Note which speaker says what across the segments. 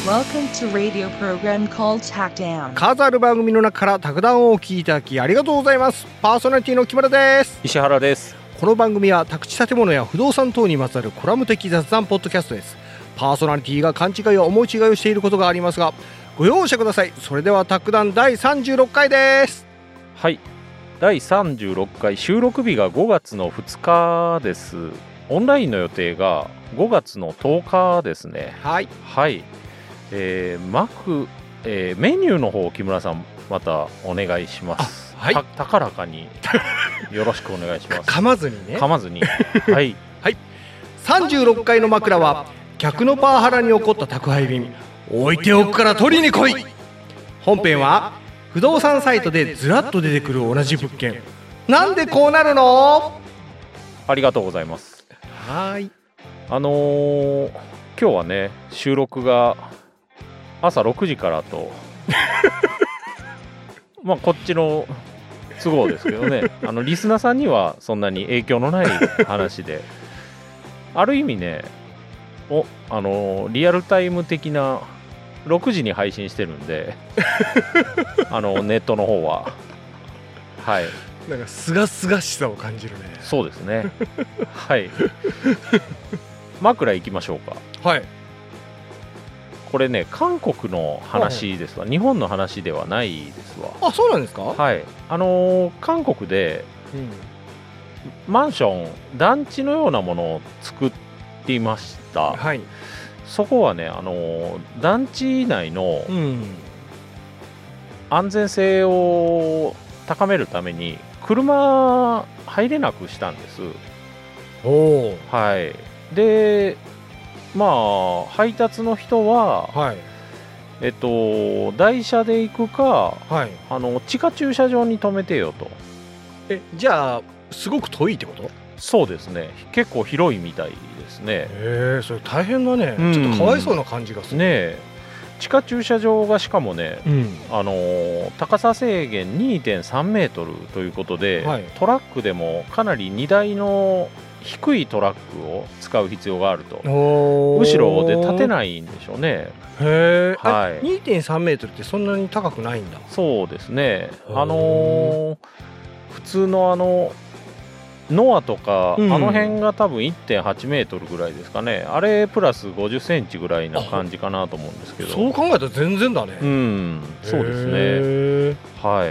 Speaker 1: Welcome to radio program called Tackdown.
Speaker 2: 数ある番組の中から卓談をお聞きいただきありがとうございます。パーソナリティの木村です。
Speaker 3: 石原です。
Speaker 2: この番組は宅地建物や不動産等にまつわるコラム的雑談ポッドキャストです。パーソナリティが勘違いや思い違いをしていることがありますがご容赦ください。それでは卓談第36回です。
Speaker 3: はい、第36回収録日が5月の2日です。オンラインの予定が5月の10日ですね。
Speaker 2: はい
Speaker 3: はい、メニューの方木村さんまたお願いします。
Speaker 2: はい、
Speaker 3: 高らかによろしくお願いします。
Speaker 2: 噛まずにね。
Speaker 3: 噛まずにはい、
Speaker 2: はい、36回の枕は客のパワハラに起こった宅配便置いておくから取りに来い。本編は不動産サイトでずらっと出てくる同じ物件なんでこうなるの。
Speaker 3: ありがとうございます。
Speaker 2: はい、
Speaker 3: 今日はね収録が朝6時からとまあこっちの都合ですけどねリスナーさんにはそんなに影響のない話である意味ねリアルタイム的な6時に配信してるんでネットの方ははい
Speaker 2: なんかすがすがしさを感じるね。
Speaker 3: そうですねはい枕行きましょうか。
Speaker 2: はい、
Speaker 3: これね韓国の話ですわ、日本の話ではないですわ。
Speaker 2: あ、そうなんですか。
Speaker 3: はい、韓国で、マンション団地のようなものを作っていました。
Speaker 2: はい、
Speaker 3: そこはね団地内の安全性を高めるために車入れなくしたんです。
Speaker 2: おー、
Speaker 3: はい、でまあ配達の人は、
Speaker 2: はい、
Speaker 3: 台車で行くか、
Speaker 2: はい、
Speaker 3: 地下駐車場に止めてよと。
Speaker 2: じゃあすごく遠いってこと。
Speaker 3: そうですね、結構広いみたいですね。
Speaker 2: それ大変だね、ちょっとかわいそうな感じがする
Speaker 3: ね。地下駐車場がしかもね、高さ制限 2.3 メートルということで、はい、トラックでもかなり荷台の低いトラックを使う必要があると。後ろで立てないんでしょうね。
Speaker 2: へー、
Speaker 3: はい、
Speaker 2: 2.3 メートルってそんなに高くないんだ。
Speaker 3: そうですね。普通のノアとか、あの辺が多分 1.8 メートルぐらいですかね。あれプラス50センチぐらいな感じかなと思うんですけど。そう
Speaker 2: 考えたら全然だね。
Speaker 3: そうですね。はい。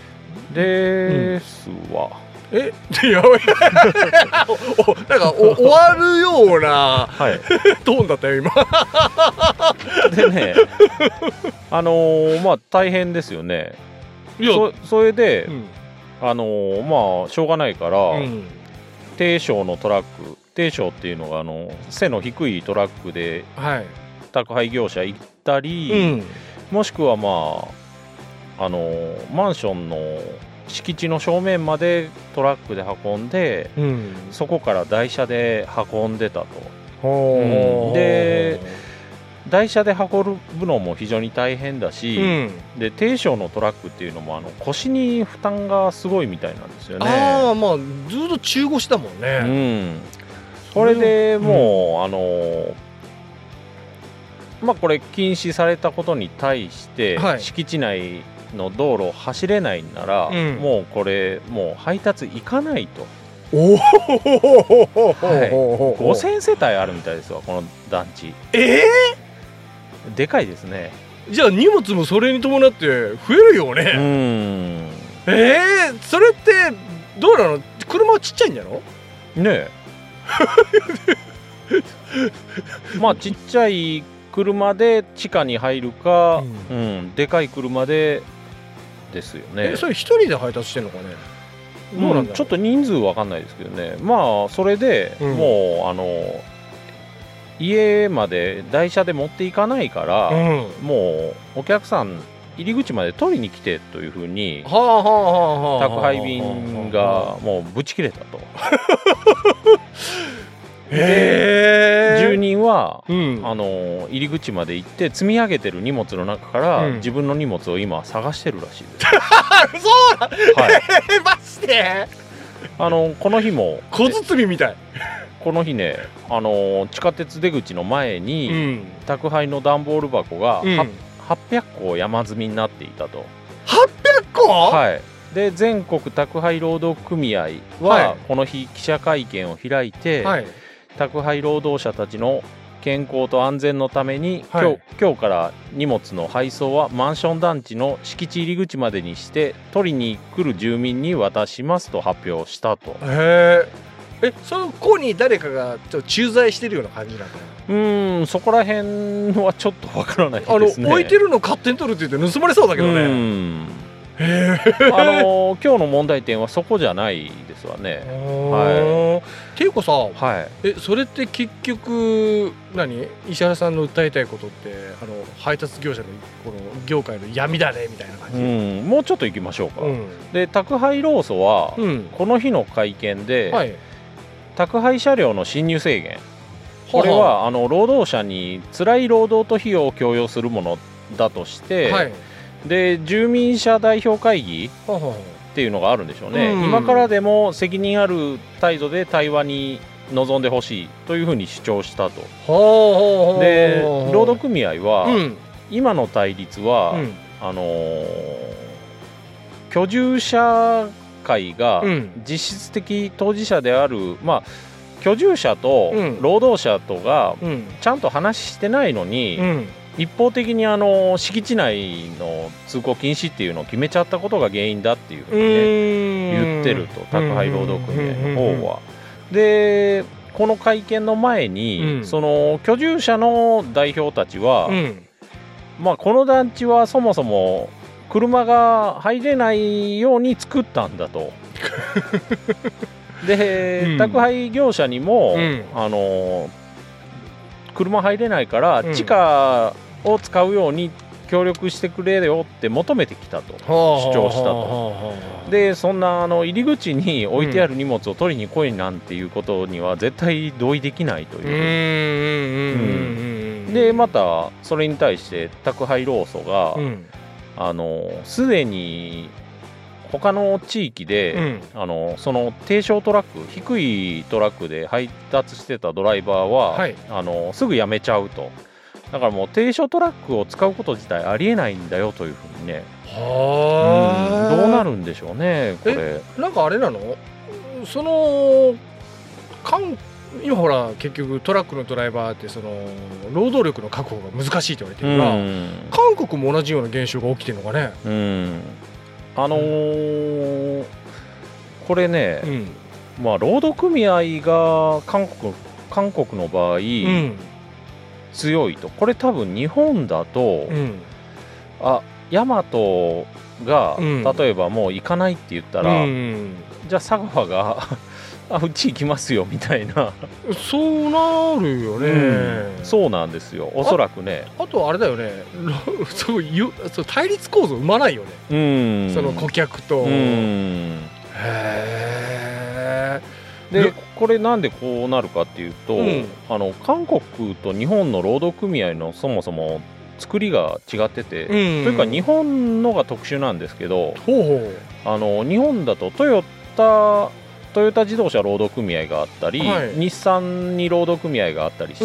Speaker 3: ですわ。
Speaker 2: やばいなんか終わるような、はい、トーンだったよ今
Speaker 3: でねまあ大変ですよね。それで、まあしょうがないから、低床のトラック、低床っていうのが背の低いトラックで、はい、宅配業者行ったり、もしくはまあマンションの敷地の正面までトラックで運んで、そこから台車で運んでたと。で台車で運ぶのも非常に大変だし、で低床のトラックっていうのも腰に負担がすごいみたいなんですよね。
Speaker 2: まあずっと中腰だもんね。
Speaker 3: それでもうまあこれ禁止されたことに対して、はい、敷地内の道路を走れないんなら、もうこれもう配達行かないと。5000世帯あるみたいですわこの団地。でかいですね。
Speaker 2: じゃあ荷物もそれに伴って増えるよね。それってどうなの。車はちっちゃいんじゃろ
Speaker 3: ねまあちっちゃい車で地下に入るか、でかい車ですよね。
Speaker 2: それ一人で配達してんのかね。どうなんだろう。
Speaker 3: ちょっと人数わかんないですけどね。まあそれで、もう家まで台車で持っていかないから、もうお客さん入り口まで取りに来てというふうに宅配便がもうぶち切れたと。住人は、入り口まで行って積み上げてる荷物の中から、自分の荷物を今探してるらしいです。
Speaker 2: そうだ、はい、マジで
Speaker 3: この日も
Speaker 2: 小包みたい。
Speaker 3: この日ね、地下鉄出口の前に、宅配の段ボール箱が800個山積みになっていたと。
Speaker 2: 800個？
Speaker 3: はい。で全国宅配労働組合はこの日記者会見を開いて、宅配労働者たちの健康と安全のために、今日から荷物の配送はマンション団地の敷地入り口までにして取りに来る住民に渡しますと発表したと。
Speaker 2: そこに誰かがちょっと駐在してるような感じなの？
Speaker 3: そこら辺はちょっとわからないですね。
Speaker 2: 置いてるの勝手に取るって言って盗まれそうだけどね。
Speaker 3: 今日の問題点はそこじゃないですわね。
Speaker 2: っていうかさ、それって結局石原さんの訴えたいことって配達業者のこの業界の闇だねみたいな感じ。
Speaker 3: もうちょっと行きましょうか。で宅配労組は、この日の会見で、宅配車両の進入制限、これは労働者に辛い労働と費用を強要するものだとして、で住民者代表会議っていうのがあるんでしょうね。今からでも責任ある態度で対話に臨んでほしいというふうに主張したと。で労働組合は、今の対立は、居住者会が実質的当事者である、居住者と労働者とがちゃんと話してないのに、一方的に敷地内の通行禁止っていうのを決めちゃったことが原因だっていうふうにね言ってると、宅配労働組合の方は。でこの会見の前に、その居住者の代表たちは、この団地はそもそも車が入れないように作ったんだと。で、宅配業者にも、車入れないから地下を使うように協力してくれよって求めてきたと主張したと。でそんな入り口に置いてある荷物を取りに来いなんていうことには絶対同意できないという。でまたそれに対して宅配労組がすでに他の地域で、その低床トラック、低いトラックで配達してたドライバーは、すぐ辞めちゃうと。だからもう低床トラックを使うこと自体ありえないんだよというふうにね。どうなるんでしょうねこれ。
Speaker 2: なんかあれなの、その今ほら結局トラックのドライバーってその労働力の確保が難しいと言われてるから、韓国も同じような現象が起きてるのかね。これね、労働組合が韓国の場合、強いと。これ多分日本だと、ヤマトが例えばもう行かないって言ったら、じゃあ佐川がうち行きますよみたいな。 そうなるよね。
Speaker 3: そうなんですよ、おそらくね。
Speaker 2: あとあれだよね、そう対立構造生まないよね、その顧客と。
Speaker 3: でこれなんでこうなるかっていうと、韓国と日本の労働組合のそもそも作りが違ってて、というか日本のが特殊なんですけど、日本だとトヨタ自動車労働組合があったり、日産に労働組合があったりして、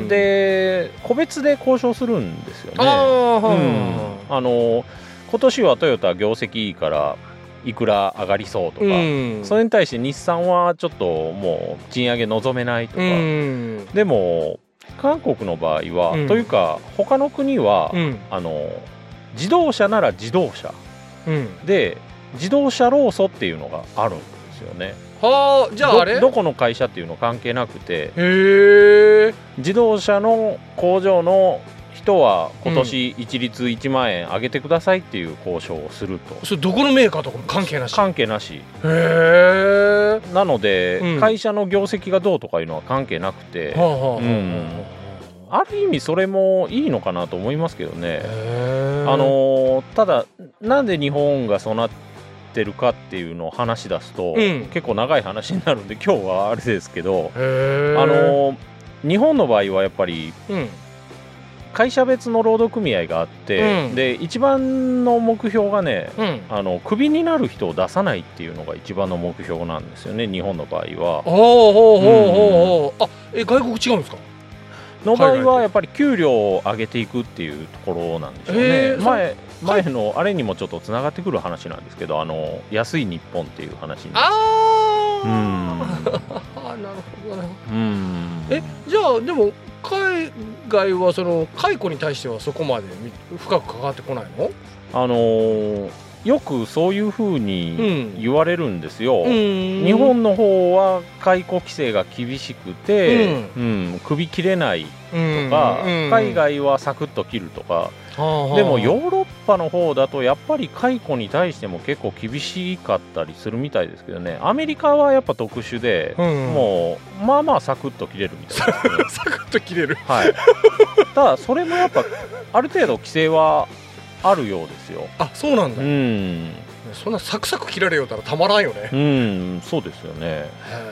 Speaker 3: で個別で交渉するんですよね。今年はトヨタ業績いいからいくら上がりそうとか、それに対して日産はちょっともう賃上げ望めないとか。でも韓国の場合は、というか他の国は、自動車なら自動車、で自動車労組っていうのがあるんですよね。じゃああれどこの会社っていうの関係なくて、自動車の工場の人は今年一律1万円上げてくださいっていう交渉をすると。
Speaker 2: それどこのメーカーとかも関係なし？
Speaker 3: 関係なし。なので、会社の業績がどうとかいうのは関係なくて、ある意味それもいいのかなと思いますけどね。ただなんで日本がそうなってるかっていうのを話し出すと、結構長い話になるんで今日はあれですけど、日本の場合はやっぱり、 会社別の労働組合があって、で一番の目標がね、クビになる人を出さないっていうのが一番の目標なんですよね、日本の場合は。
Speaker 2: 外国違うんですか？
Speaker 3: の場合はやっぱり給料を上げていくっていうところなんでしょうね。前のあれにもちょっとつながってくる話なんですけど、安い日本っていう話に。
Speaker 2: なるほどね。じゃあでも海外はその解雇に対してはそこまで深く関わってこないの？
Speaker 3: よくそういうふうに言われるんですよ。日本の方は解雇規制が厳しくて、首切れないとか、海外はサクッと切るとか。でもヨーロッパの方だとやっぱり解雇に対しても結構厳しかったりするみたいですけどね。アメリカはやっぱ特殊で、もうまあまあサクッと切れるみたいですけど
Speaker 2: サクッと切れる。
Speaker 3: はい。ただそれもやっぱある程度規制はあるようですよ。
Speaker 2: あ、そうなんだ。そんなサクサク切られよったらたまらんよね。
Speaker 3: そうですよね。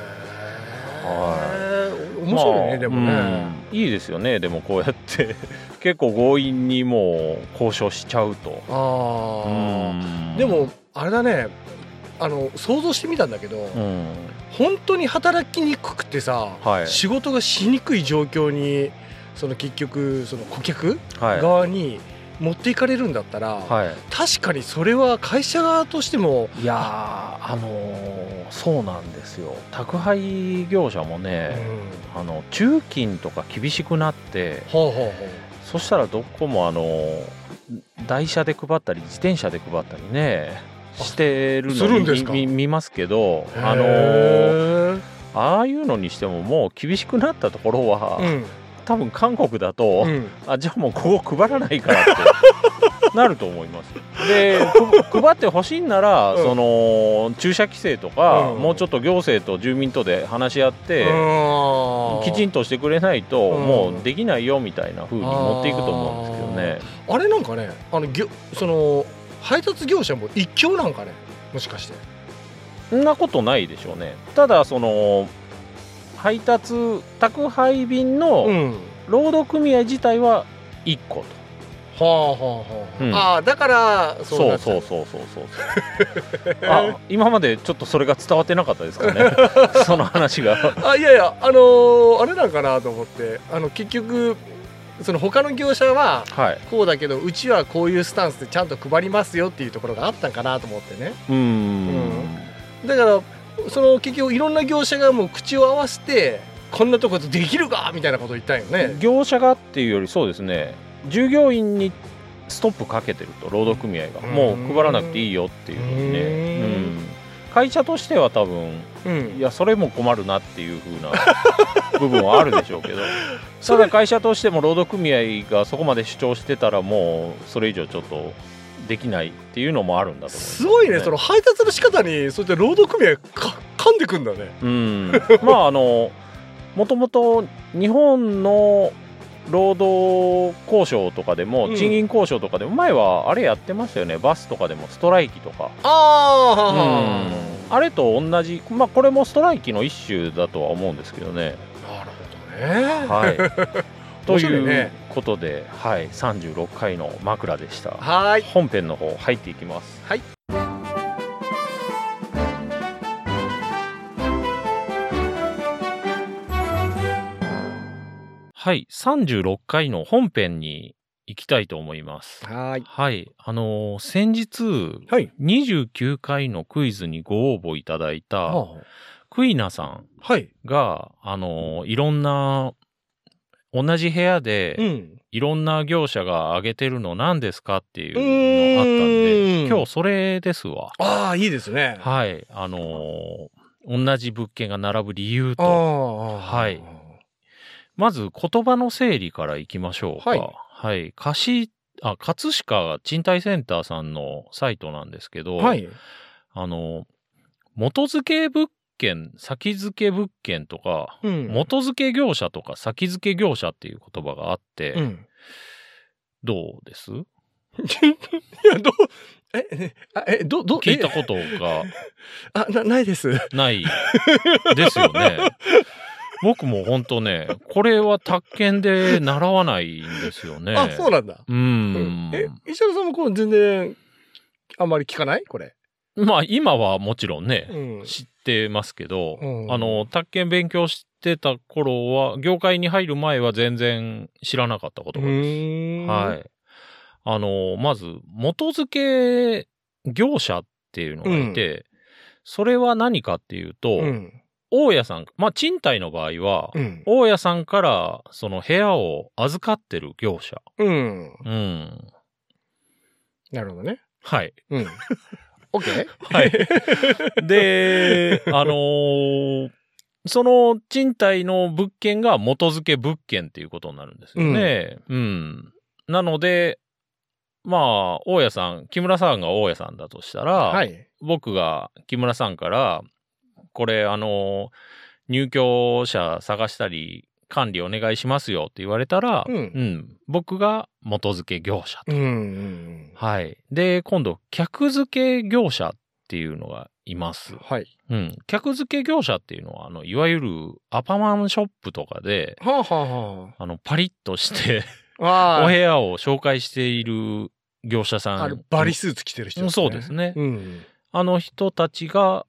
Speaker 2: 面白いね、でもね。
Speaker 3: いいですよね。でもこうやって結構強引にもう交渉しちゃうと。
Speaker 2: でもあれだね、想像してみたんだけど、本当に働きにくくてさ、仕事がしにくい状況にその結局その顧客側に持っていかれるんだったら、確かにそれは会社側としても、
Speaker 3: いやそうなんですよ。宅配業者もね、駐勤とか厳しくなって、そしたらどこも台車で配ったり自転車で配ったりねしてるのに見ますけど、ああいうのにしてももう厳しくなったところは、多分韓国だと、じゃあもうここ配らないからってなると思います。で配ってほしいんなら、その駐車規制とか、もうちょっと行政と住民とで話し合って、きちんとしてくれないと、もうできないよみたいな風に持っていくと思うんですけどね。
Speaker 2: あれなんかね、その配達業者も一強なんかね、もしかして。
Speaker 3: そんなことないでしょうね。ただその宅配便の労働組合自体は1個
Speaker 2: と。だから
Speaker 3: そう今までちょっとそれが伝わってなかったですかねその話が。
Speaker 2: いやいや、あれなんかなと思って、結局その他の業者はこうだけど、うちはこういうスタンスでちゃんと配りますよっていうところがあったんかなと思ってね。だからその結局いろんな業者がもう口を合わせて、こんなとこでできるかみたいなことを言ったんよね。
Speaker 3: 業者がっていうより、そうですね、従業員にストップかけてると、労働組合がもう配らなくていいよっていうふうにね。会社としては多分、いやそれも困るなっていう風な部分はあるでしょうけどただ会社としても労働組合がそこまで主張してたら、もうそれ以上ちょっとできないっていうのもあるんだと思います、ね。
Speaker 2: すごいね、その配達の仕方にそうやって労働組合噛んでくんだね。
Speaker 3: まあもともと日本の労働交渉とかでも、賃金交渉とかでも前はあれやってましたよね。バスとかでもストライキとか、あれと同じ、これもストライキの一種だとは思うんですけどね。
Speaker 2: なるほどね。
Speaker 3: ということで、36回の枕でした。本編の方入っていきます。36回の本編に行きたいと思います。先日、29回のクイズにご応募いただいた、クイナさんが、いろんな、同じ部屋で、いろんな業者が挙げてるの何ですかっていうのがあったんで、今日それですわ。
Speaker 2: いいですね。
Speaker 3: 同じ物件が並ぶ理由と。まず言葉の整理からいきましょうか。葛飾賃貸センターさんのサイトなんですけど、元付け物件、先付け物件とか、元付け業者とか先付け業者っていう言葉があって、どうです？い
Speaker 2: や、
Speaker 3: 聞いたことが
Speaker 2: ないです。
Speaker 3: ないですよね。 僕も本当ね、これは宅建で習わないんですよね。
Speaker 2: あ、そうなんだ。石原さんもこう全然、あんまり聞かないこれ。
Speaker 3: まあ今はもちろんね、知ってますけど、宅建勉強してた頃は、業界に入る前は全然知らなかったことです。はい。まず、元付け業者っていうのがいて、それは何かっていうと、大家さん、まあ賃貸の場合は、大家さんからその部屋を預かってる業者。
Speaker 2: なるほどね。
Speaker 3: はい。
Speaker 2: OK？
Speaker 3: はい。で、その賃貸の物件が元付け物件っていうことになるんですよね。なので、まあ、大家さん、木村さんが大家さんだとしたら、僕が木村さんから、これ、入居者探したり、管理お願いしますよって言われたら、僕が元付け業者と。はい。で、今度、客付け業者っていうのがいます。はい。客付け業者っていうのは、いわゆるアパマンショップとかで、パリッとしてお部屋を紹介している業者さん。
Speaker 2: バリスーツ着てる人です
Speaker 3: ね。そうですね。あの人たちが、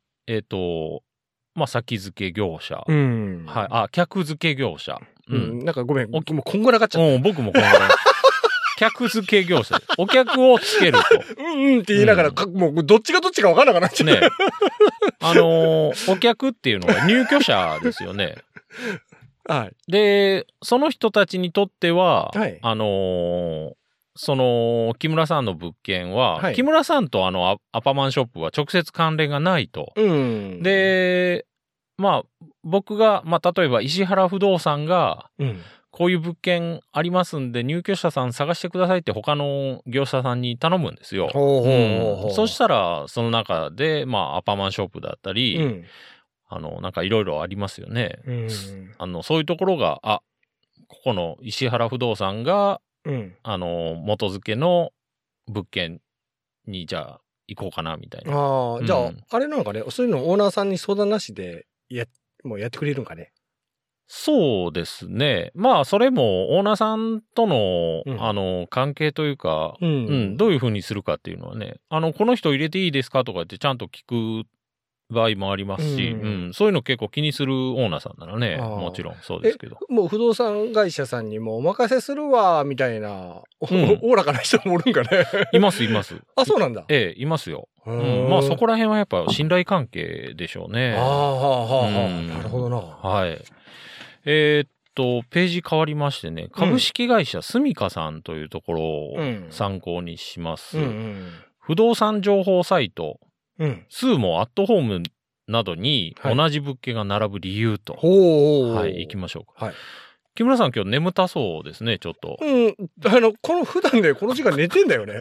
Speaker 3: まあ、先付け業者。はい。客付け業者。
Speaker 2: なんかごめん。もうこんがらがっちゃった。
Speaker 3: 僕もこんがらがっちゃった。客付け業者。お客をつけると。
Speaker 2: って言いながら、もうどっちがどっちか分からなくなっちゃう。ね。
Speaker 3: お客っていうのが入居者ですよね。はい。で、その人たちにとっては、その、木村さんの物件は、木村さんとアパマンショップは直接関連がないと。で、まあ、僕が、まあ、例えば石原不動産が、こういう物件ありますんで、入居者さん探してくださいって他の業者さんに頼むんですよ。そしたら、その中で、まあ、アパマンショップだったり、なんかいろいろありますよね。そういうところが、ここの石原不動産が、元付けの物件に、じゃあ、行こうかな、みたいな。
Speaker 2: じゃあ、あれなのかね、そういうのオーナーさんに相談なしで、もうやってくれるんかね。
Speaker 3: そうですね。まあ、それもオーナーさんとの、関係というか、どういうふうにするかっていうのはね、この人入れていいですかとかってちゃんと聞く場合もありますし、そういうの結構気にするオーナーさんならね、もちろんそうですけど。
Speaker 2: もう不動産会社さんにもお任せするわ、みたいな、おおらかな人もおるんかね。
Speaker 3: います、います。
Speaker 2: あ、そうなんだ。
Speaker 3: いますよ。まあそこら辺はやっぱ信頼関係でしょうね。
Speaker 2: なるほどな。
Speaker 3: はい。ページ変わりましてね、株式会社スミカさんというところを参考にします。不動産情報サイト、スーモアットホームなどに同じ物件が並ぶ理由と。はい、行きましょうか。はい。木村さん今日眠たそうですね、ちょっと。
Speaker 2: 普段ね、この時間寝てんだよね。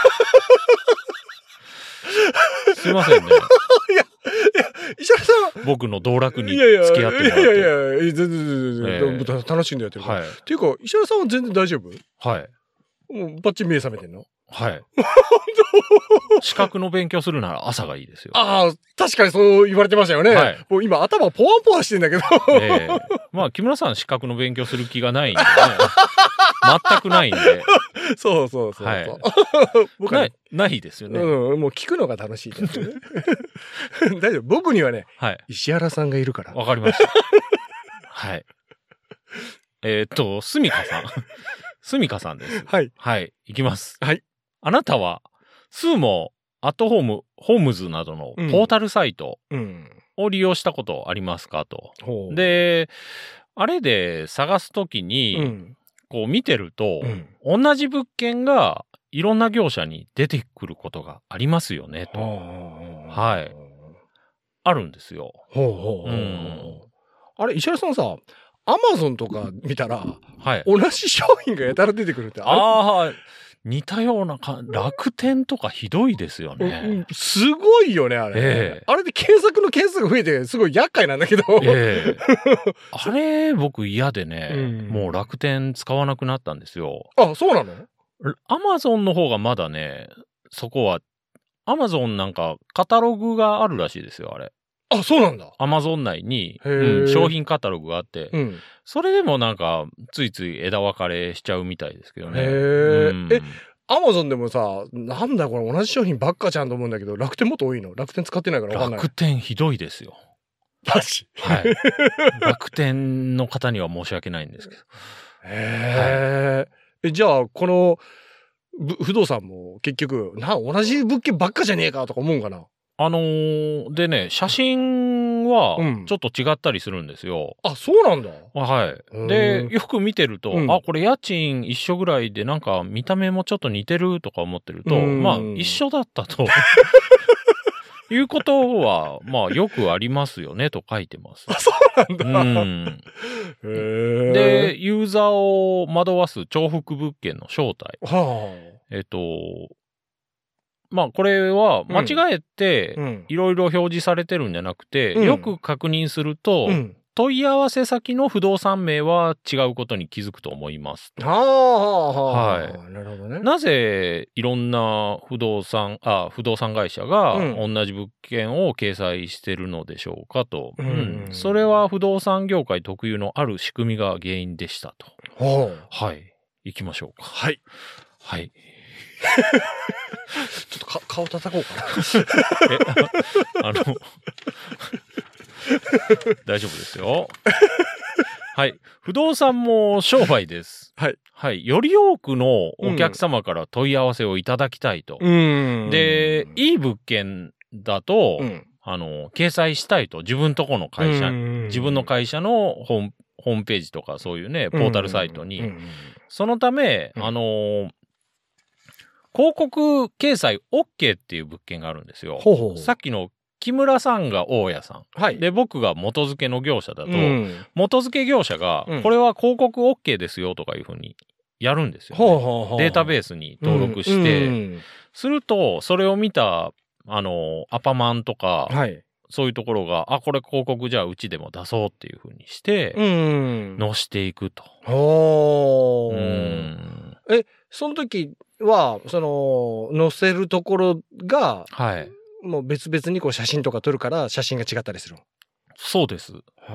Speaker 3: すいませんね。
Speaker 2: いや、石原さん。
Speaker 3: 僕の道楽に付き合ってもらって。
Speaker 2: いや、全然、楽しんでやってるから。っていうか、石原さんは全然大丈夫？はい。もうバッチリ目覚めてんの？
Speaker 3: はい。資格の勉強するなら朝がいいですよ。
Speaker 2: 確かにそう言われてましたよね。はい。もう今頭ポワンポワンしてんだけど。
Speaker 3: まあ、木村さん資格の勉強する気がないんでね。全くないんで。
Speaker 2: そう。
Speaker 3: はい。僕はないですよね。
Speaker 2: もう聞くのが楽しいですね。大丈夫。僕にはね、石原さんがいるから。
Speaker 3: わかりました。はい。すみかさん。すみかさんです。はい。はい。いきます。はい。あなたは、スーモ、アットホームズなどのポータルサイトを利用したことありますかと。で、あれで探すときに、こう見てると、同じ物件がいろんな業者に出てくることがありますよね、と。はい。あるんですよ。
Speaker 2: あれ、石原さんさ、アマゾンとか見たら、同じ商品がやたら出てくるって、
Speaker 3: 似たような楽天とかひどいですよね。
Speaker 2: すごいよね、あれ。あれで検索の件数が増えて、すごい厄介なんだけど。
Speaker 3: あれ、僕嫌でね、もう楽天使わなくなったんですよ。
Speaker 2: そうなの？
Speaker 3: アマゾンの方がまだね、そこは、アマゾンなんかカタログがあるらしいですよ、あれ。
Speaker 2: あ、そうなんだ。
Speaker 3: アマゾン内に、
Speaker 2: へ
Speaker 3: 商品カタログがあって、
Speaker 2: うん。
Speaker 3: それでもなんか、ついつい枝分かれしちゃうみたいですけどね。
Speaker 2: アマゾンでもさ、なんだこれ同じ商品ばっかじゃんと思うんだけど、楽天もっと多いの？楽天使ってないから分かんない。
Speaker 3: 楽天ひどいですよ。
Speaker 2: マジ？
Speaker 3: はい。楽天の方には申し訳ないんですけど。
Speaker 2: じゃあ、この、不動産も結局、同じ物件ばっかじゃねえかとか思うんかな？
Speaker 3: でね、写真はちょっと違ったりするんですよ。
Speaker 2: あ、そうなんだ。
Speaker 3: はい。で、よく見てると、あ、これ家賃一緒ぐらいでなんか見た目もちょっと似てるとか思ってると、まあ一緒だったと。いうことは、まあよくありますよねと書いてます。
Speaker 2: あ、そうなんだ。
Speaker 3: で、ユーザーを惑わす重複物件の正体。まあこれは間違えていろいろ表示されてるんじゃなくて、よく確認すると、問い合わせ先の不動産名は違うことに気づくと思います。
Speaker 2: はい。なるほどね。
Speaker 3: なぜいろんな不動産会社が同じ物件を掲載してるのでしょうかと。それは不動産業界特有のある仕組みが原因でしたと。はい。行きましょうか。
Speaker 2: はい。
Speaker 3: はい。
Speaker 2: ちょっと顔叩こうかな。
Speaker 3: 大丈夫ですよ。はい。不動産も商売です。
Speaker 2: はい。
Speaker 3: はい。より多くのお客様から問い合わせをいただきたいと。で、いい物件だと、掲載したいと。自分とこの会社、自分の会社のホームページとかそういうね、ポータルサイトに。そのため、広告掲載 OK っていう物件があるんですよ。さっきの木村さんが大家さん。はい。で、僕が元付けの業者だと、元付け業者が、これは広告 OK ですよとかいうふうにやるんですよ、ね。データベースに登録して、すると、それを見た、アパマンとか、はい、そういうところが、あ、これ広告じゃあうちでも出そうっていうふうにして、載していくと。
Speaker 2: その時は、載せるところが、はい。もう別々にこう写真とか撮るから写真が違ったりする。
Speaker 3: そうです。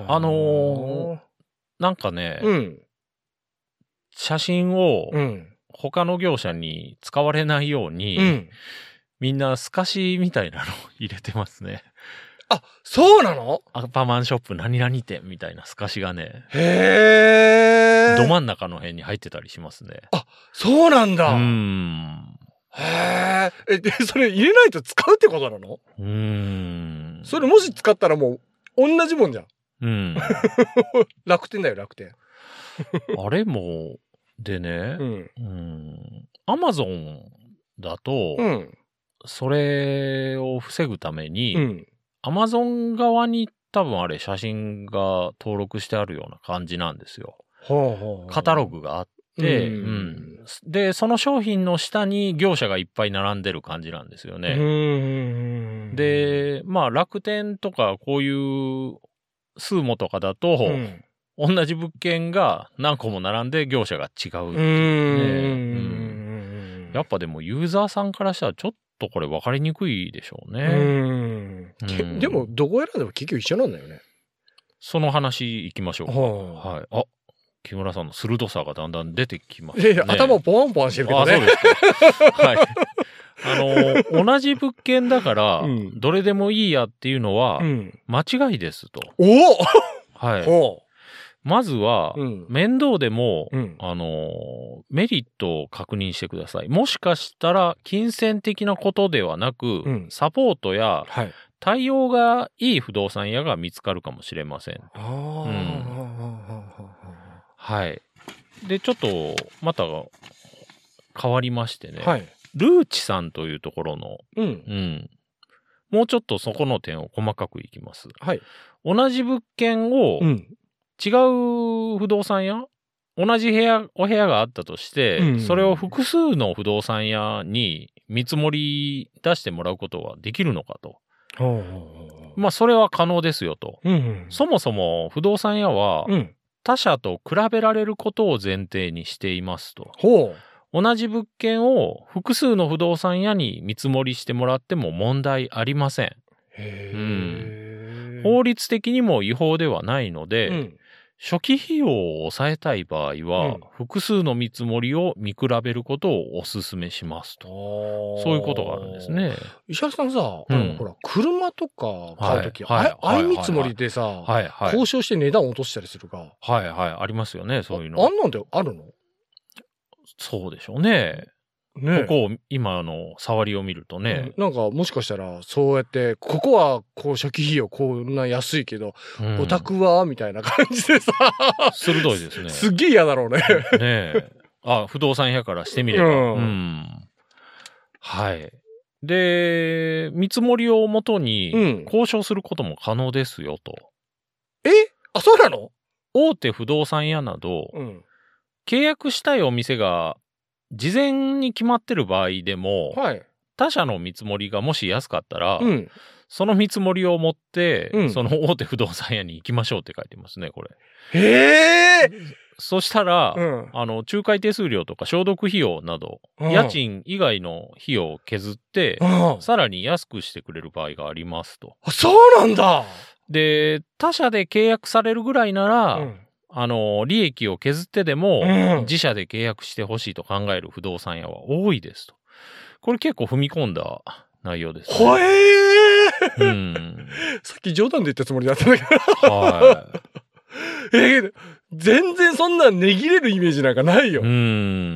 Speaker 3: なんかね、写真を他の業者に使われないように、みんな透かしみたいなのを入れてますね。
Speaker 2: あ、そうなの？
Speaker 3: アパマンショップ何々店みたいな透かしがね。
Speaker 2: へー。
Speaker 3: ど真ん中の辺に入ってたりしますね。
Speaker 2: あ、そうなんだ。へえ。で、それ入れないと使うってことなの？それもし使ったらもう同じもんじゃん。楽天だよ、楽天。
Speaker 3: あれも、でね、アマゾンだと、それを防ぐために、アマゾン側に多分あれ写真が登録してあるような感じなんですよ。カタログがあって、で、その商品の下に業者がいっぱい並んでる感じなんですよね。で、まあ楽天とかこういうスーモとかだと、同じ物件が何個も並んで業者が違うっていうね。やっぱでもユーザーさんからしたらちょっとこれ分かりにくいでしょうね。
Speaker 2: でもどこ選んでも結局一緒なんだよね。
Speaker 3: その話いきましょうか。はい。あ、木村さんの鋭さがだんだん出てきましたね。
Speaker 2: 頭ポワンポワンしてるけどね。
Speaker 3: そうですか。はい。同じ物件だから、どれでもいいやっていうのは、間違いですと。はい。まずは、面倒でも、メリットを確認してください。もしかしたら、金銭的なことではなく、サポートや、対応がいい不動産屋が見つかるかもしれません。はい。で、ちょっと、また、変わりましてね。ルーチさんというところの、もうちょっとそこの点を細かくいきます。同じ物件を、違う不動産屋、同じお部屋があったとして、それを複数の不動産屋に見積もり出してもらうことはできるのかと。まあ、それは可能ですよと。そもそも不動産屋は、他社と比べられることを前提にしていますと。同じ物件を複数の不動産屋に見積もりしてもらっても問題ありません。 法律的にも違法ではないので、初期費用を抑えたい場合は、複数の見積もりを見比べることをお勧めしますと。そういうことがあるんですね。
Speaker 2: 石原さんさ、ほら、車とか買うとき、相見積もりでさ、交渉して値段を落としたりするか。
Speaker 3: ありますよね、そういうの。
Speaker 2: あんなんであるの？
Speaker 3: そうでしょうね。ここを今の触りを見るとね、
Speaker 2: なんかもしかしたらそうやってここはこう初期費用こんな安いけど、お宅はみたいな感じでさ
Speaker 3: 鋭いですね。
Speaker 2: すっげえ嫌だろうね。
Speaker 3: ねえ。不動産屋からしてみれば。はい。で、見積もりをもとに交渉することも可能ですよと。
Speaker 2: そうなの？
Speaker 3: 大手不動産屋など、契約したいお店が事前に決まってる場合でも、他社の見積もりがもし安かったら、その見積もりを持って、その大手不動産屋に行きましょうって書いてますね、これ。そしたら、仲介手数料とか消毒費用など、家賃以外の費用を削って、さらに安くしてくれる場合がありますと。
Speaker 2: そうなんだ。
Speaker 3: で、他社で契約されるぐらいなら、利益を削ってでも、自社で契約してほしいと考える不動産屋は多いですと。これ結構踏み込んだ内容ですね。さっき冗談で言ったつもりだったんだけど。全然そんな値切れるイメージなんかないよ。見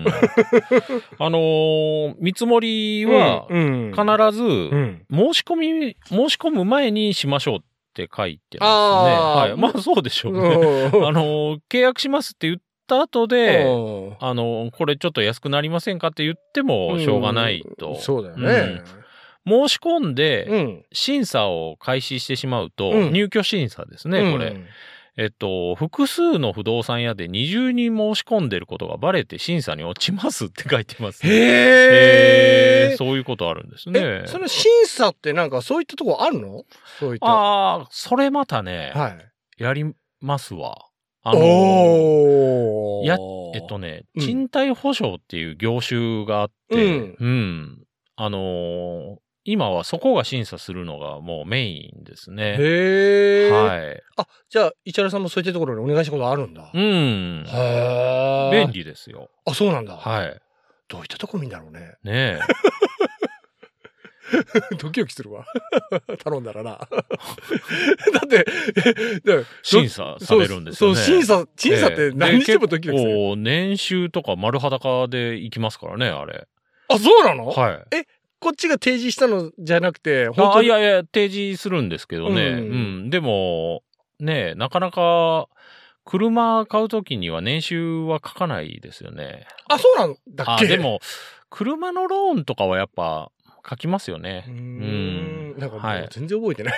Speaker 3: 積もりは、必ず、申し込む前にしましょうって書いてますね。まあそうでしょうね。契約しますって言った後で、これちょっと安くなりませんかって言ってもしょうがないと。
Speaker 2: そうだよね。
Speaker 3: 申し込んで、審査を開始してしまうと、入居審査ですね、これ。複数の不動産屋で二重に申し込んでることがバレて審査に落ちますって書いてますね。そういうことあるんですね。
Speaker 2: その審査ってなんかそういったとこあるの？そういった。
Speaker 3: それまたね、やりますわ。賃貸保証っていう業種があって、今はそこが審査するのがもうメインですね。
Speaker 2: じゃあ、市原さんもそういったところにお願いしたことあるんだ。
Speaker 3: 便利ですよ。
Speaker 2: そうなんだ。
Speaker 3: はい。
Speaker 2: どういったとこ見るんだろうね。
Speaker 3: ね
Speaker 2: ドキドキするわ。頼んだらな。だって、
Speaker 3: 審査されるんですよね。
Speaker 2: 審査って何してもドキドキする。
Speaker 3: 年収とか丸裸で行きますからね、あれ。
Speaker 2: そうなの？
Speaker 3: こ
Speaker 2: っちが提示したのじゃなくて、
Speaker 3: 本当に。いや、提示するんですけどね。でも、ね、なかなか、車買うときには年収は書かないですよね。
Speaker 2: そうなんだっけ？
Speaker 3: でも、車のローンとかはやっぱ書きますよね。
Speaker 2: なんかもう全然覚えてない。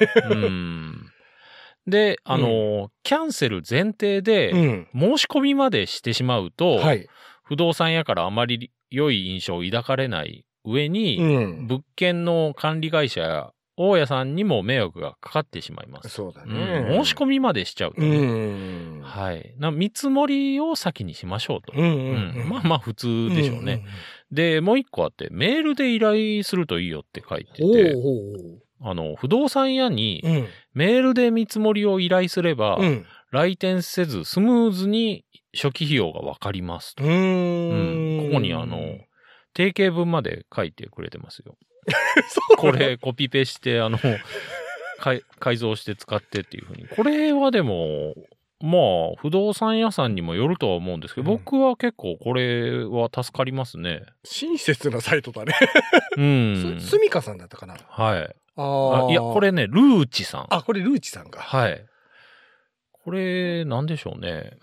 Speaker 3: で、キャンセル前提で、申し込みまでしてしまうと、不動産屋からあまり良い印象を抱かれない上に、物件の管理会社や大家さんにも迷惑がかかってしまいます。
Speaker 2: そうだね。
Speaker 3: 申し込みまでしちゃうとね。見積もりを先にしましょうと。まあ普通でしょうね。で、もう一個あって、メールで依頼するといいよって書いてて、不動産屋にメールで見積もりを依頼すれば、来店せずスムーズに初期費用がわかりますと。ここに定型文まで書いてくれてますよ。これコピペして改造して使ってっていうふうに。これはでも不動産屋さんにもよるとは思うんですけど、僕は結構これは助かりますね。
Speaker 2: 親切なサイトだね。すみかさんだったかな。
Speaker 3: いや、これね、ルーチさん。
Speaker 2: これルーチさんか。
Speaker 3: これ、なんでしょうね。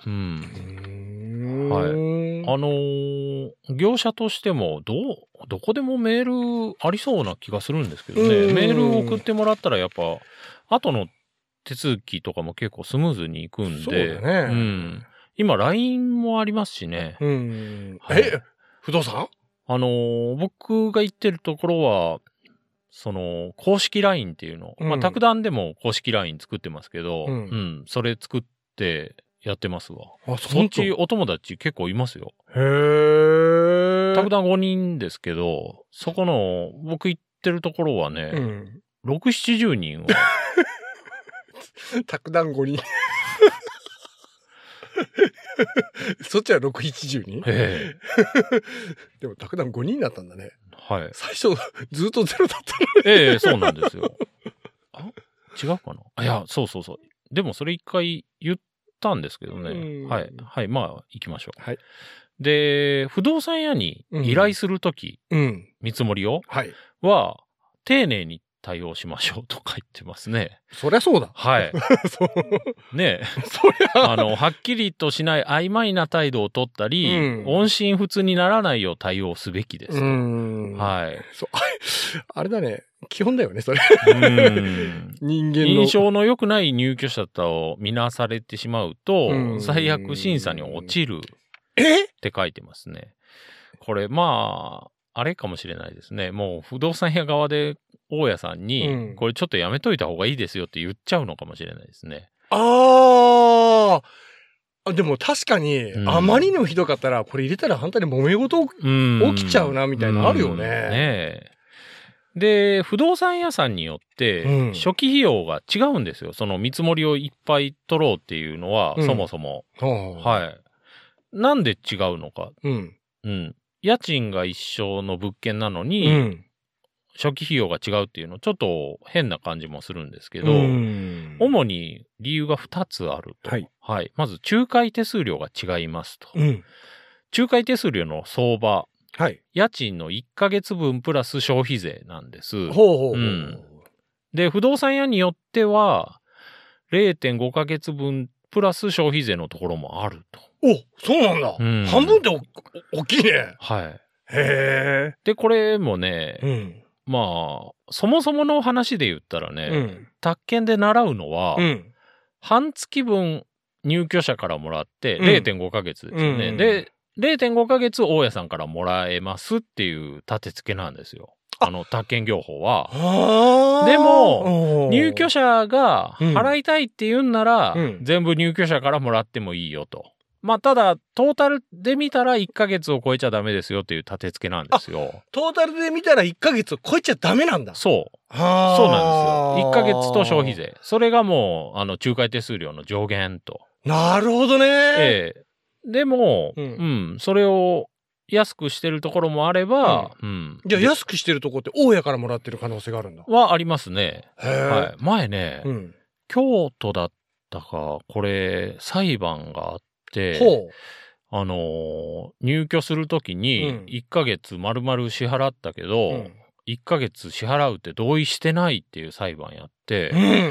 Speaker 3: 業者としても、どこでもメールありそうな気がするんですけどね。メールを送ってもらったら、やっぱ、後の手続きとかも結構スムーズにいくんで。
Speaker 2: そうだね。
Speaker 3: 今、LINE もありますしね。
Speaker 2: 不動産？
Speaker 3: 僕が行ってるところは、公式 LINE っていうの。卓談でも公式 LINE 作ってますけど、それ作ってやってますわ。そっちお友達結構いますよ。卓談5人ですけど、そこの、僕行ってるところはね、6、70人は
Speaker 2: 卓談5人。そっちは6、70人？でも卓談5人だったんだね。
Speaker 3: はい。
Speaker 2: 最初、ずっとゼロだった
Speaker 3: の。そうなんですよ。違うかな？いや、そう。でもそれ一回言ったんですけどね。はい。はい。まあ、行きましょう。
Speaker 2: はい。
Speaker 3: で、不動産屋に依頼するとき、見積もりを、は、丁寧に対応しましょうとか言ってますね。
Speaker 2: そりゃそうだ。
Speaker 3: はい。ねえ。
Speaker 2: そりゃ。
Speaker 3: はっきりとしない曖昧な態度を取ったり、音信不通にならないよう対応すべきですと。はい。
Speaker 2: あれだね。基本だよね、それ。人間の。
Speaker 3: 印象の良くない入居者とみなされてしまうと、最悪審査に落ちるって書いてますね。これ、まあ、あれかもしれないですね。もう不動産屋側で大家さんに、これちょっとやめといた方がいいですよって言っちゃうのかもしれないですね。
Speaker 2: でも確かに、あまりにもひどかったら、これ入れたら反対に揉め事起きちゃうな、みたいなのあるよね。
Speaker 3: ねえ。で、不動産屋さんによって、初期費用が違うんですよ。その見積もりをいっぱい取ろうっていうのは、そもそも。はい。なんで違うのか。家賃が一緒の物件なのに、初期費用が違うっていうの、ちょっと変な感じもするんですけど、主に理由が2つあると。はい。まず、仲介手数料が違いますと。仲介手数料の相場。家賃の1ヶ月分プラス消費税なんです。で、不動産屋によっては、0.5 ヶ月分プラス消費税のところもあると。
Speaker 2: そうなんだ。半分って大きいね。
Speaker 3: はい。で、これもね、まあ、そもそもの話で言ったらね、宅建で習うのは、半月分入居者からもらって 0.5 ヶ月ですよね。で、0.5 ヶ月大家さんからもらえますっていう立て付けなんですよ。宅建業法は。でも、入居者が払いたいって言うんなら、全部入居者からもらってもいいよと。まあ、ただ、トータルで見たら1ヶ月を超えちゃダメですよっていう立て付けなんですよ。
Speaker 2: トータルで見たら1ヶ月を超えちゃダメなんだ。
Speaker 3: そう。そうなんですよ。1ヶ月と消費税。それがもう、仲介手数料の上限と。
Speaker 2: なるほどね。
Speaker 3: でも、それを安くしてるところもあれば、
Speaker 2: じゃあ安くしてるところって大家からもらってる可能性があるんだ。
Speaker 3: はありますね。はい。前ね、京都だったか、これ、裁判があって、入居するときに1ヶ月丸々支払ったけど、1ヶ月支払うって同意してないっていう裁判やって、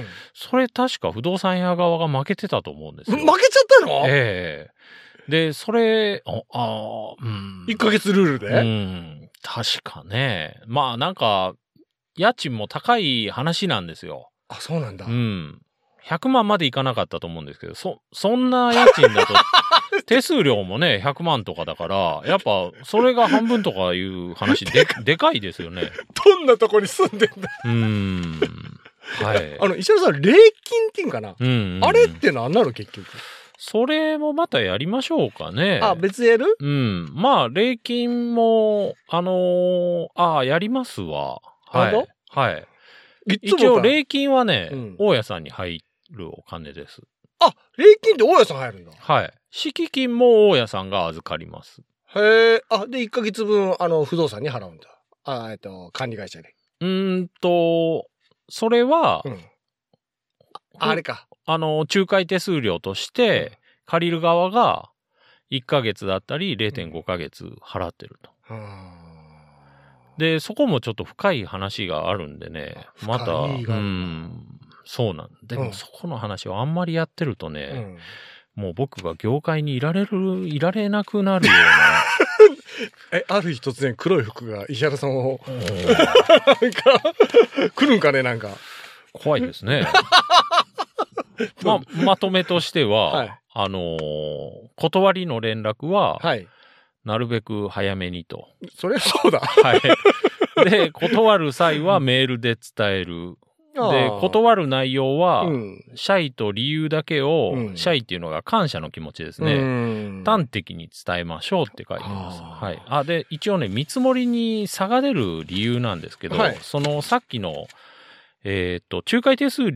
Speaker 3: それ確か不動産屋側が負けてたと思うんですよ。
Speaker 2: 負けちゃったの？
Speaker 3: で、それ、
Speaker 2: 1ヶ月ルールで？
Speaker 3: 確かね。まあなんか、家賃も高い話なんですよ。
Speaker 2: そうなんだ。
Speaker 3: 100万までいかなかったと思うんですけど、そんな家賃だと、手数料もね、100万とかだから、やっぱ、それが半分とかいう話でかいですよね。
Speaker 2: どんなとこに住んでんだ。
Speaker 3: はい。
Speaker 2: 石原さん、礼金っていうんかな？あれって何なの結局。
Speaker 3: それもまたやりましょうかね。
Speaker 2: 別でやる？
Speaker 3: まあ、礼金も、やりますわ。はい。一応、礼金はね、大家さんに入るお金です。
Speaker 2: 礼金って大家さん入るんだ。
Speaker 3: はい。敷金も大家さんが預かります。
Speaker 2: で、1ヶ月分、不動産に払うんだ。管理会社で。
Speaker 3: それは、
Speaker 2: あれか。
Speaker 3: 仲介手数料として、借りる側が1ヶ月だったり 0.5 ヶ月払ってると。で、そこもちょっと深い話があるんでね、また、そうなんでもそこの話をあんまりやってるとね、もう僕が業界にいられなくなるような。
Speaker 2: ある日突然黒い服が石原さんを、なんか、来るんかね、なんか。
Speaker 3: 怖いですね。まとめとしては、断りの連絡は、なるべく早めにと。
Speaker 2: そりゃそうだ。
Speaker 3: で、断る際はメールで伝える。で、断る内容は、謝意と理由だけを、謝意っていうのが感謝の気持ちですね。端的に伝えましょうって書いてます。で、一応ね、見積もりに差が出る理由なんですけど、そのさっきの、仲介手数料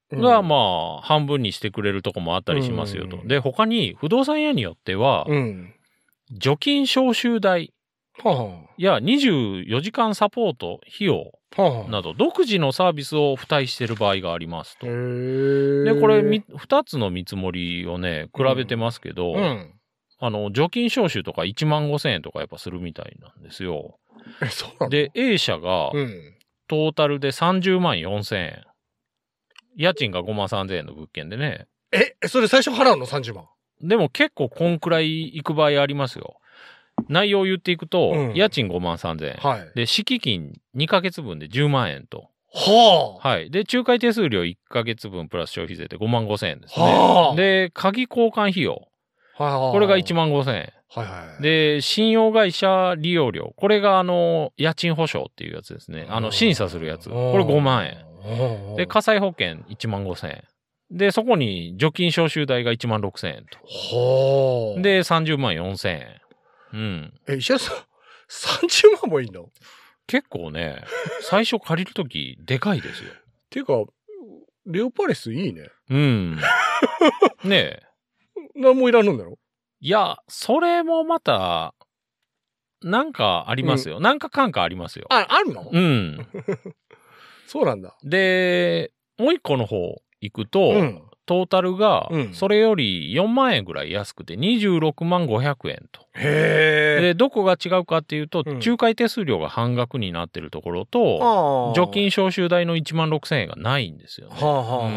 Speaker 3: が、まあ、半分にしてくれるとこもあったりしますよと。で、他に不動産屋によっては、除菌消臭代や24時間サポート費用など、独自のサービスを付帯している場合がありますと。で、これ、2つの見積もりをね、比べてますけど、除菌消臭とか15,000円とかやっぱするみたいなんですよ。
Speaker 2: そうなの？
Speaker 3: で、A 社が、トータルで304,000円。家賃が53,000円の物件でね。
Speaker 2: それ最初払うの30万？
Speaker 3: でも結構こんくらい行く場合ありますよ。内容を言っていくと、家賃53,000円。はい。で、敷金2ヶ月分で10万円と。
Speaker 2: はあ。
Speaker 3: はい。で、仲介手数料1ヶ月分プラス消費税で55,000円ですね。はあ。で、鍵交換費用。はい。これが15,000円。はいはい。で、信用会社利用料。これが家賃保証っていうやつですね。審査するやつ。これ5万円。で、火災保険15,000円。で、そこに除菌消臭代が16,000円と。はあ。で、304,000円。うん。
Speaker 2: 石田さん、30万もいいの？
Speaker 3: 結構ね、最初借りるとき、でかいですよ。
Speaker 2: ていうか、レオパレスいいね。
Speaker 3: うん。ねえ。
Speaker 2: 何もいらんのだろ？
Speaker 3: いや、それもまた、なんかありますよ。なんか感化ありますよ。
Speaker 2: あるの？うん。そうなんだ。
Speaker 3: で、もう一個の方行くと、トータルが、それより4万円ぐらい安くて26万500円と。へー。で、どこが違うかっていうと、仲介手数料が半額になってるところと、除菌消臭代の16,000円がないんですよね。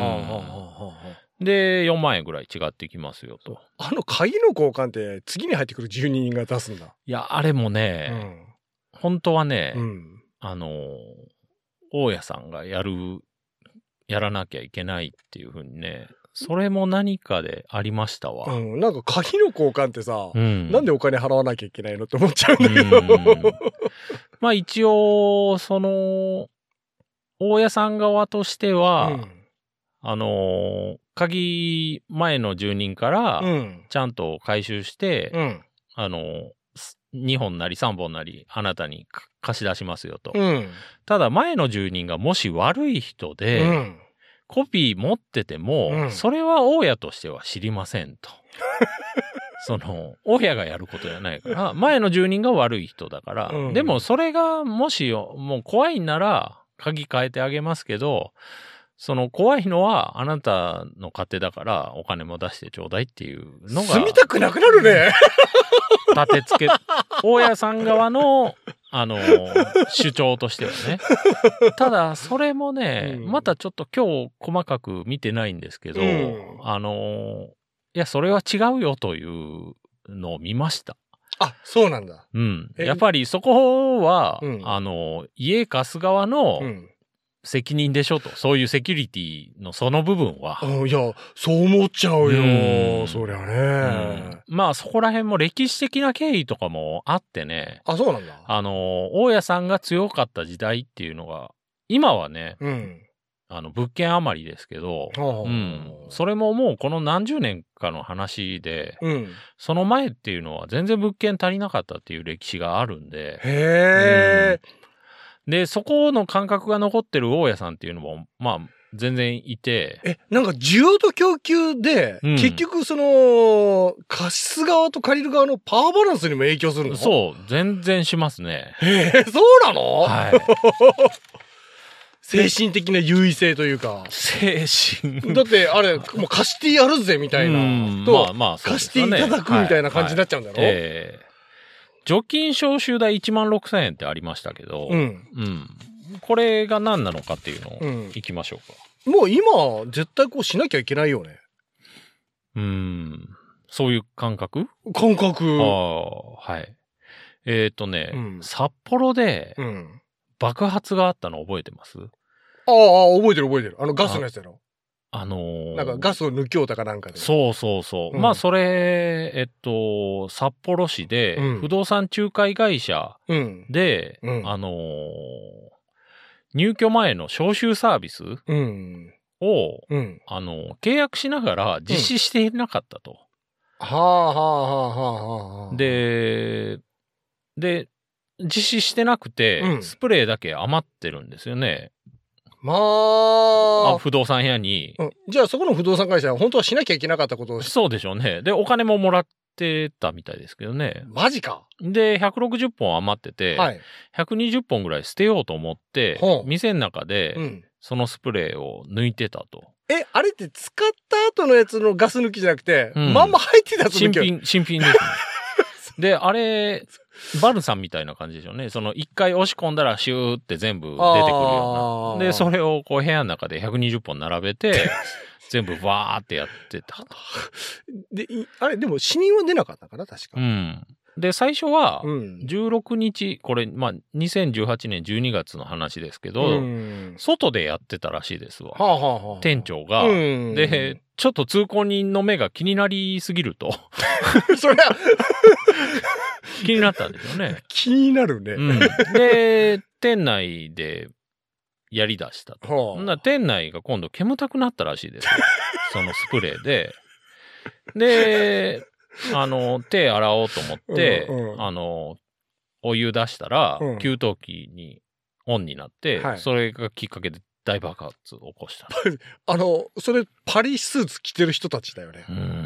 Speaker 3: で、4万円ぐらい違ってきますよと。
Speaker 2: 鍵の交換って次に入ってくる住人が出すんだ。
Speaker 3: いや、あれもね、本当はね、大家さんがやらなきゃいけないっていうふうにね、それも何かでありましたわ。
Speaker 2: なんか鍵の交換ってさ、なんでお金払わなきゃいけないのって思っちゃうんだけど。
Speaker 3: まあ一応、大家さん側としては、鍵前の住人から、ちゃんと回収して、2本なり3本なりあなたに貸し出しますよと。ただ前の住人がもし悪い人で、コピー持ってても、それは大家としては知りませんと。大家がやることじゃないから、前の住人が悪い人だから、でもそれがもしもう怖いんなら鍵変えてあげますけど、怖いのはあなたの勝手だからお金も出してちょうだいっていうのが。
Speaker 2: 住みたくなくなるね。
Speaker 3: 立て付け、大家さん側の、主張としてはね。ただ、それもね、またちょっと今日細かく見てないんですけど、いや、それは違うよというのを見ました。
Speaker 2: あ、そうなんだ。
Speaker 3: うん。やっぱりそこは、家貸す側の、責任でしょと。そういうセキュリティのその部分は。
Speaker 2: いや、そう思っちゃうよ。そりゃね。
Speaker 3: まあそこら辺も歴史的な経緯とかもあってね。
Speaker 2: あ、そうなんだ。
Speaker 3: 大家さんが強かった時代っていうのが、今はね、物件余りですけど、それももうこの何十年かの話で、その前っていうのは全然物件足りなかったっていう歴史があるんで。
Speaker 2: へー。
Speaker 3: で、そこの感覚が残ってる大家さんっていうのも、まあ、全然いて。
Speaker 2: なんか需要と供給で、結局貸す側と借りる側のパワーバランスにも影響するの？
Speaker 3: そう、全然しますね。
Speaker 2: そうなの？
Speaker 3: はい。
Speaker 2: 精神的な優位性というか。
Speaker 3: 精神。
Speaker 2: だって、あれ、もう貸してやるぜ、みたいな。
Speaker 3: まあ、
Speaker 2: 貸していただくみたいな感じになっちゃうんだろ？
Speaker 3: 除菌消臭代16,000円ってありましたけど、これが何なのかっていうのをいきましょうか。
Speaker 2: もう今、絶対こうしなきゃいけないよね。
Speaker 3: そういう感覚？
Speaker 2: 感覚。
Speaker 3: はい。札幌で爆発があったの覚えてます？
Speaker 2: 覚えてる覚えてる。ガスのやつやろ。なんかガスを抜きようたかなんかで。
Speaker 3: そう。まあ、それ、札幌市で、不動産仲介会社で、入居前の招集サービスを、契約しながら実施していなかったと。で、実施してなくて、スプレーだけ余ってるんですよね。
Speaker 2: まあ
Speaker 3: 不動産屋に、
Speaker 2: じゃあそこの不動産会社は本当はしなきゃいけなかったことを
Speaker 3: そうでしょうね。でお金ももらってたみたいですけどね。
Speaker 2: マジか。
Speaker 3: で160本余ってて、
Speaker 2: はい、
Speaker 3: 120本ぐらい捨てようと思って、店の中でそのスプレーを抜いてたと。
Speaker 2: あれって使った後のやつのガス抜きじゃなくて、まんま入ってたやつ抜き。
Speaker 3: 新品ですね。であれバルサンみたいな感じでしょうね。その一回押し込んだらシューって全部出てくるような。でそれをこう部屋の中で120本並べて全部バーってやってたと。
Speaker 2: であれでも死人は出なかったかな確か。
Speaker 3: で最初は16日、これまあ2018年12月の話ですけど、外でやってたらしいですわ。店長が。でちょっと通行人の目が気になりすぎると。
Speaker 2: そりゃ
Speaker 3: 気になったんでしょうね。
Speaker 2: 気になるね。
Speaker 3: で店内でやりだしたと。店内が今度煙たくなったらしいですよ。そのスプレーで。で手洗おうと思って、お湯出したら、給湯器にオンになって、それがきっかけで大爆発を起こした。
Speaker 2: それパリスーツ着てる人たちだよね。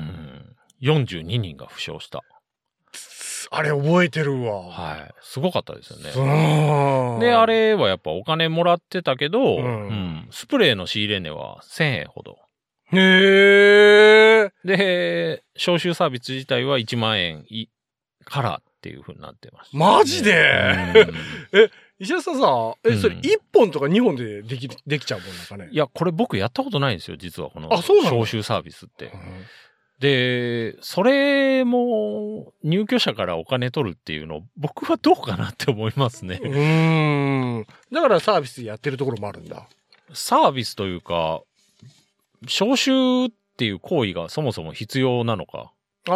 Speaker 3: 42人が負傷した。
Speaker 2: あれ覚えてるわ。
Speaker 3: はい。すごかったですよね。で、あれはやっぱお金もらってたけど、スプレーの仕入れ値は1000円ほど。
Speaker 2: へー。
Speaker 3: で、消臭サービス自体は1万円からっていう風になってました、
Speaker 2: ね。マジで石田さんさ、それ1本とか2本でできちゃうもんなんかね。
Speaker 3: いや、これ僕やったことないんですよ、実はこの消臭サービスって。で、それも入居者からお金取るっていうの、僕はどうかなって思いますね。
Speaker 2: だからサービスやってるところもあるんだ。
Speaker 3: サービスというか、消臭っていう行為がそもそも必要なのか。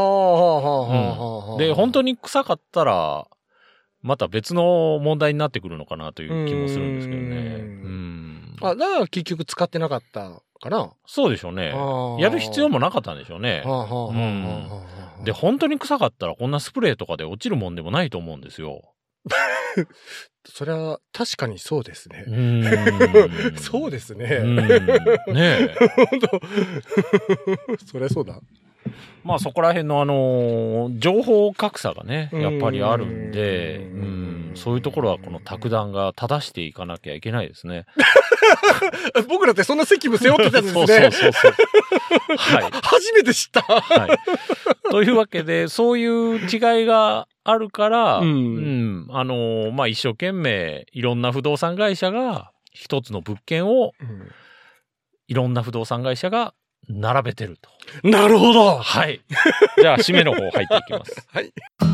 Speaker 3: で、本当に臭かったら、また別の問題になってくるのかなという気もするんですけどね。
Speaker 2: だから結局使ってなかったかな。
Speaker 3: そうでしょうね。やる必要もなかったんでしょうね。で、本当に臭かったらこんなスプレーとかで落ちるもんでもないと思うんですよ。
Speaker 2: それは確かにそうですね。そうですね。
Speaker 3: ねえ。
Speaker 2: 本当。そりゃそうだ。
Speaker 3: まあそこら辺の情報格差がねやっぱりあるんで、そういうところはこの卓談が正していかなきゃいけないですね。
Speaker 2: 僕らってそんな責務背負ってたんですね。
Speaker 3: そう。はい。
Speaker 2: 初めて知った。
Speaker 3: はい。というわけでそういう違いがあるから、まあ一生懸命いろんな不動産会社が一つの物件をいろんな不動産会社が並べてると。
Speaker 2: なるほど。
Speaker 3: はい。じゃあ締めの方入っていきます。
Speaker 2: はい。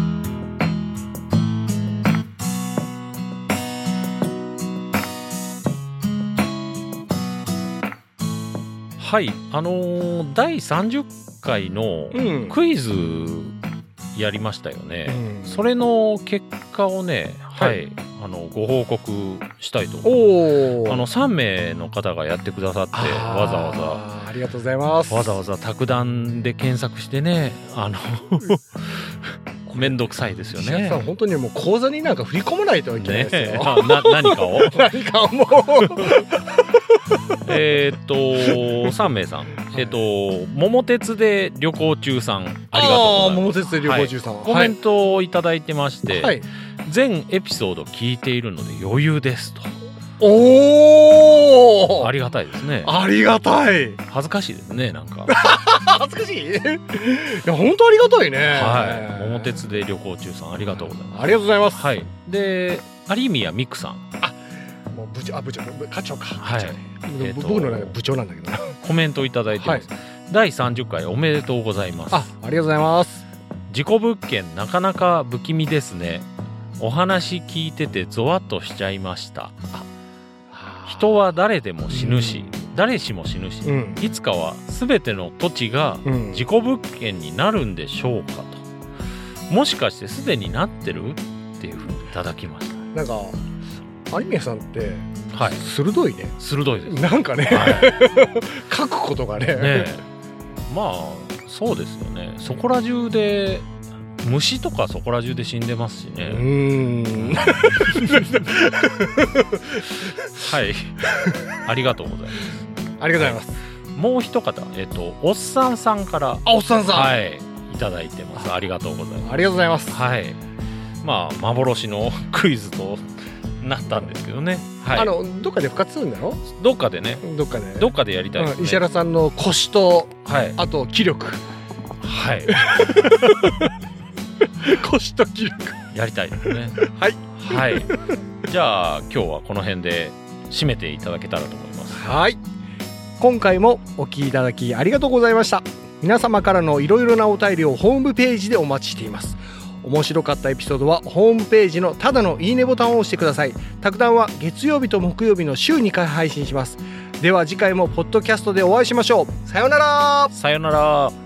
Speaker 3: はい。第30回のクイズやりましたよね。それの結果をね、はい。ご報告したいと思います。3名の方がやってくださって、わざわざ。
Speaker 2: ありがとうございます。
Speaker 3: わざわざ卓談で検索してね、めんどくさいですよね。
Speaker 2: 本当にもう口座になんか振り込まないといけないですよ。
Speaker 3: 何かを
Speaker 2: 何かをもう。
Speaker 3: 3名さん。桃鉄で旅行中さん。ありがとうございます。
Speaker 2: 桃鉄で旅行中さん。
Speaker 3: コメントをいただいてまして、全エピソード聞いているので余裕ですと。ありがたいですね。
Speaker 2: ありがたい。
Speaker 3: 恥ずかしいですね、なんか。
Speaker 2: 恥ずかしい。いや、本当ありがたいね。
Speaker 3: はい。桃鉄で旅行中さん、ありがとうございます。
Speaker 2: ありがとうございます。
Speaker 3: はい。で、有宮美久さん。
Speaker 2: もう部長、課長か。
Speaker 3: はい。
Speaker 2: 僕の部長なんだけど。
Speaker 3: コメントいただいてます。第30回おめでとうございます。
Speaker 2: ありがとうございます。
Speaker 3: 事故物件なかなか不気味ですね。お話聞いててゾワッとしちゃいました。人は誰でも死ぬし、誰しも死ぬし、いつかは全ての土地が事故物件になるんでしょうかと。もしかしてすでになってるっていうふうにいただきました。
Speaker 2: なんか有宮さんって鋭いね。
Speaker 3: 鋭いです。
Speaker 2: なんかね、書くことがね。
Speaker 3: まあそうですよね。そこら中で虫とかそこら中で死んでますしね。はいありがとうございます。
Speaker 2: ありがとうございます。
Speaker 3: もう一方、おっさんさんから
Speaker 2: おっさんさん、
Speaker 3: はい、いただいてます。ありがとうございます。
Speaker 2: ありがとうございます。
Speaker 3: はい、まあ幻のクイズとなったんですけどね。はい、
Speaker 2: どっかで復活するんだろ。
Speaker 3: どっかでね。どっかでやりたいですね。
Speaker 2: 石原さんの腰と、
Speaker 3: はい、
Speaker 2: あと気力。
Speaker 3: はい。
Speaker 2: 腰と気力
Speaker 3: やりたいですね。
Speaker 2: はい
Speaker 3: はい。じゃあ今日はこの辺で締めていただけたらと思います。
Speaker 2: はい。今回もお聞きいただきありがとうございました。皆様からのいろいろなお便りをホームページでお待ちしています。面白かったエピソードはホームページのただのいいねボタンを押してください。卓談は月曜日と木曜日の週2回配信します。では次回もポッドキャストでお会いしましょう。さようなら。
Speaker 3: さようなら。